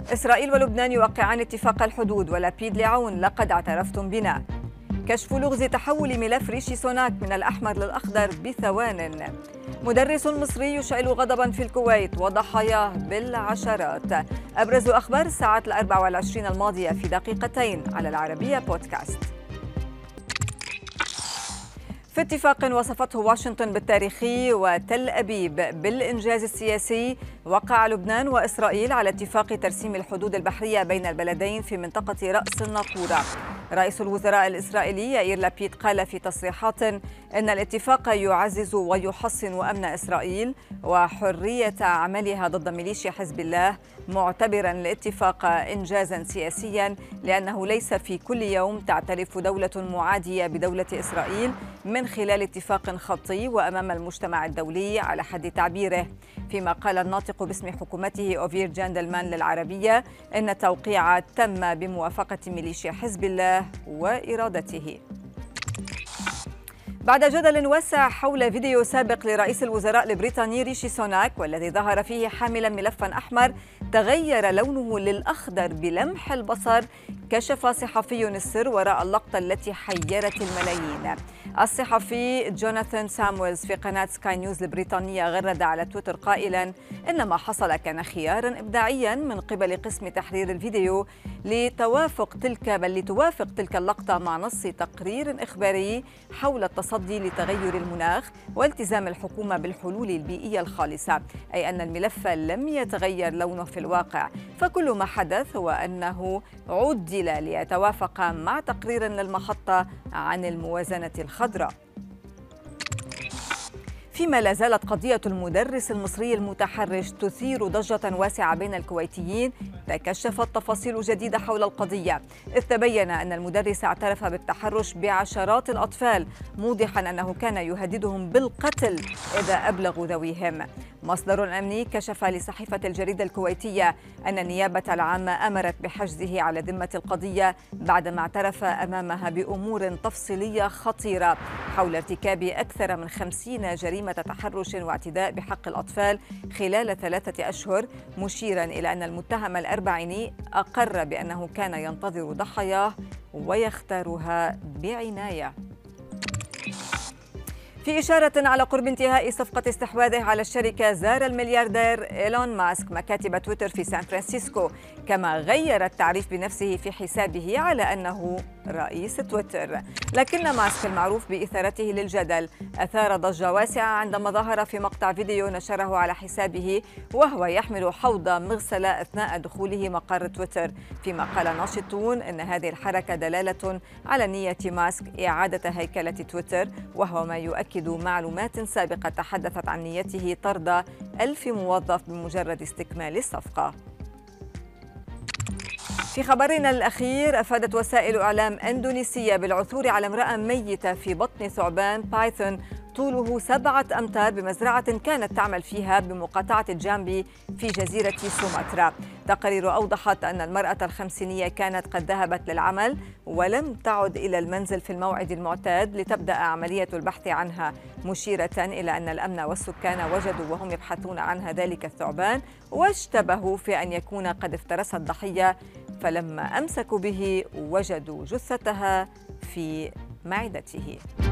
إسرائيل ولبنان يوقعان اتفاق الحدود، ولبيد لعون لقد اعترفتم بنا. كشف لغز تحول ملف ريشي سوناك من الأحمر للأخضر بثوان. مدرس مصري يشعل غضبا في الكويت وضحاياه بالعشرات. أبرز أخبار الساعات 24 الماضية في دقيقتين على العربية بودكاست. في اتفاق وصفته واشنطن بالتاريخي وتل أبيب بالإنجاز السياسي، وقع لبنان وإسرائيل على اتفاق ترسيم الحدود البحرية بين البلدين في منطقة رأس الناقورة. رئيس الوزراء الإسرائيلي يائير لبيد قال في تصريحات إن الاتفاق يعزز ويحصن أمن إسرائيل وحرية عملها ضد ميليشيا حزب الله، معتبرا الاتفاق إنجازا سياسيا لأنه ليس في كل يوم تعترف دولة معادية بدولة إسرائيل من خلال اتفاق خطي وأمام المجتمع الدولي على حد تعبيره. فيما قال الناطق باسم حكومته أوفير جاندلمان للعربية إن التوقيع تم بموافقة ميليشيا حزب الله وإرادته. بعد جدل واسع حول فيديو سابق لرئيس الوزراء البريطاني ريشي سوناك والذي ظهر فيه حاملا ملفا أحمر تغير لونه للأخضر بلمح البصر، كشف صحفي السر وراء اللقطة التي حيرت الملايين. الصحفي جوناثان سامويلز في قناة سكاي نيوز البريطانية غرد على تويتر قائلا إن ما حصل كان خيارا إبداعيا من قبل قسم تحرير الفيديو لتوافق تلك اللقطة مع نص تقرير إخباري حول التصدي لتغير المناخ والتزام الحكومة بالحلول البيئية الخالصة، أي أن الملف لم يتغير لونه في الواقع، فكل ما حدث هو أنه عدل ليتوافق مع تقرير للمحطة عن الموازنة الخضراء. فيما لا زالت قضية المدرس المصري المتحرش تثير ضجة واسعة بين الكويتيين، تكشفت تفاصيل جديدة حول القضية، إذ تبين أن المدرس اعترف بالتحرش بعشرات الأطفال، موضحا أنه كان يهددهم بالقتل إذا أبلغوا ذويهم. مصدر أمني كشف لصحيفة الجريدة الكويتية أن النيابة العامة أمرت بحجزه على ذمة القضية بعدما اعترف أمامها بأمور تفصيلية خطيرة حول ارتكاب أكثر من 50 جريمة تحرش واعتداء بحق الأطفال خلال 3 أشهر، مشيرا إلى أن المتهم الأربعيني أقر بأنه كان ينتظر ضحاياه ويختارها بعناية. في إشارة على قرب انتهاء صفقة استحواذه على الشركة، زار الملياردير إيلون ماسك مكاتب تويتر في سان فرانسيسكو، كما غير التعريف بنفسه في حسابه على أنه رئيس تويتر. لكن ماسك المعروف بإثارته للجدل أثار ضجة واسعة عندما ظهر في مقطع فيديو نشره على حسابه وهو يحمل حوض مغسلة أثناء دخوله مقر تويتر، فيما قال ناشطون أن هذه الحركة دلالة على نية ماسك إعادة هيكلة تويتر، وهو ما يؤكد معلومات سابقة تحدثت عن نيته طرد 1000 موظف بمجرد استكمال الصفقة. في خبرنا الأخير، أفادت وسائل إعلام إندونيسية بالعثور على امرأة ميتة في بطن ثعبان بايثون طوله 7 أمتار بمزرعة كانت تعمل فيها بمقاطعة جامبي في جزيرة سومطرة. تقارير أوضحت أن المرأة الخمسينية كانت قد ذهبت للعمل ولم تعد إلى المنزل في الموعد المعتاد لتبدأ عملية البحث عنها، مشيرة إلى أن الأمن والسكان وجدوا وهم يبحثون عنها ذلك الثعبان واشتبهوا في أن يكون قد افترس الضحية، فلما أمسكوا به وجدوا جثتها في معدته.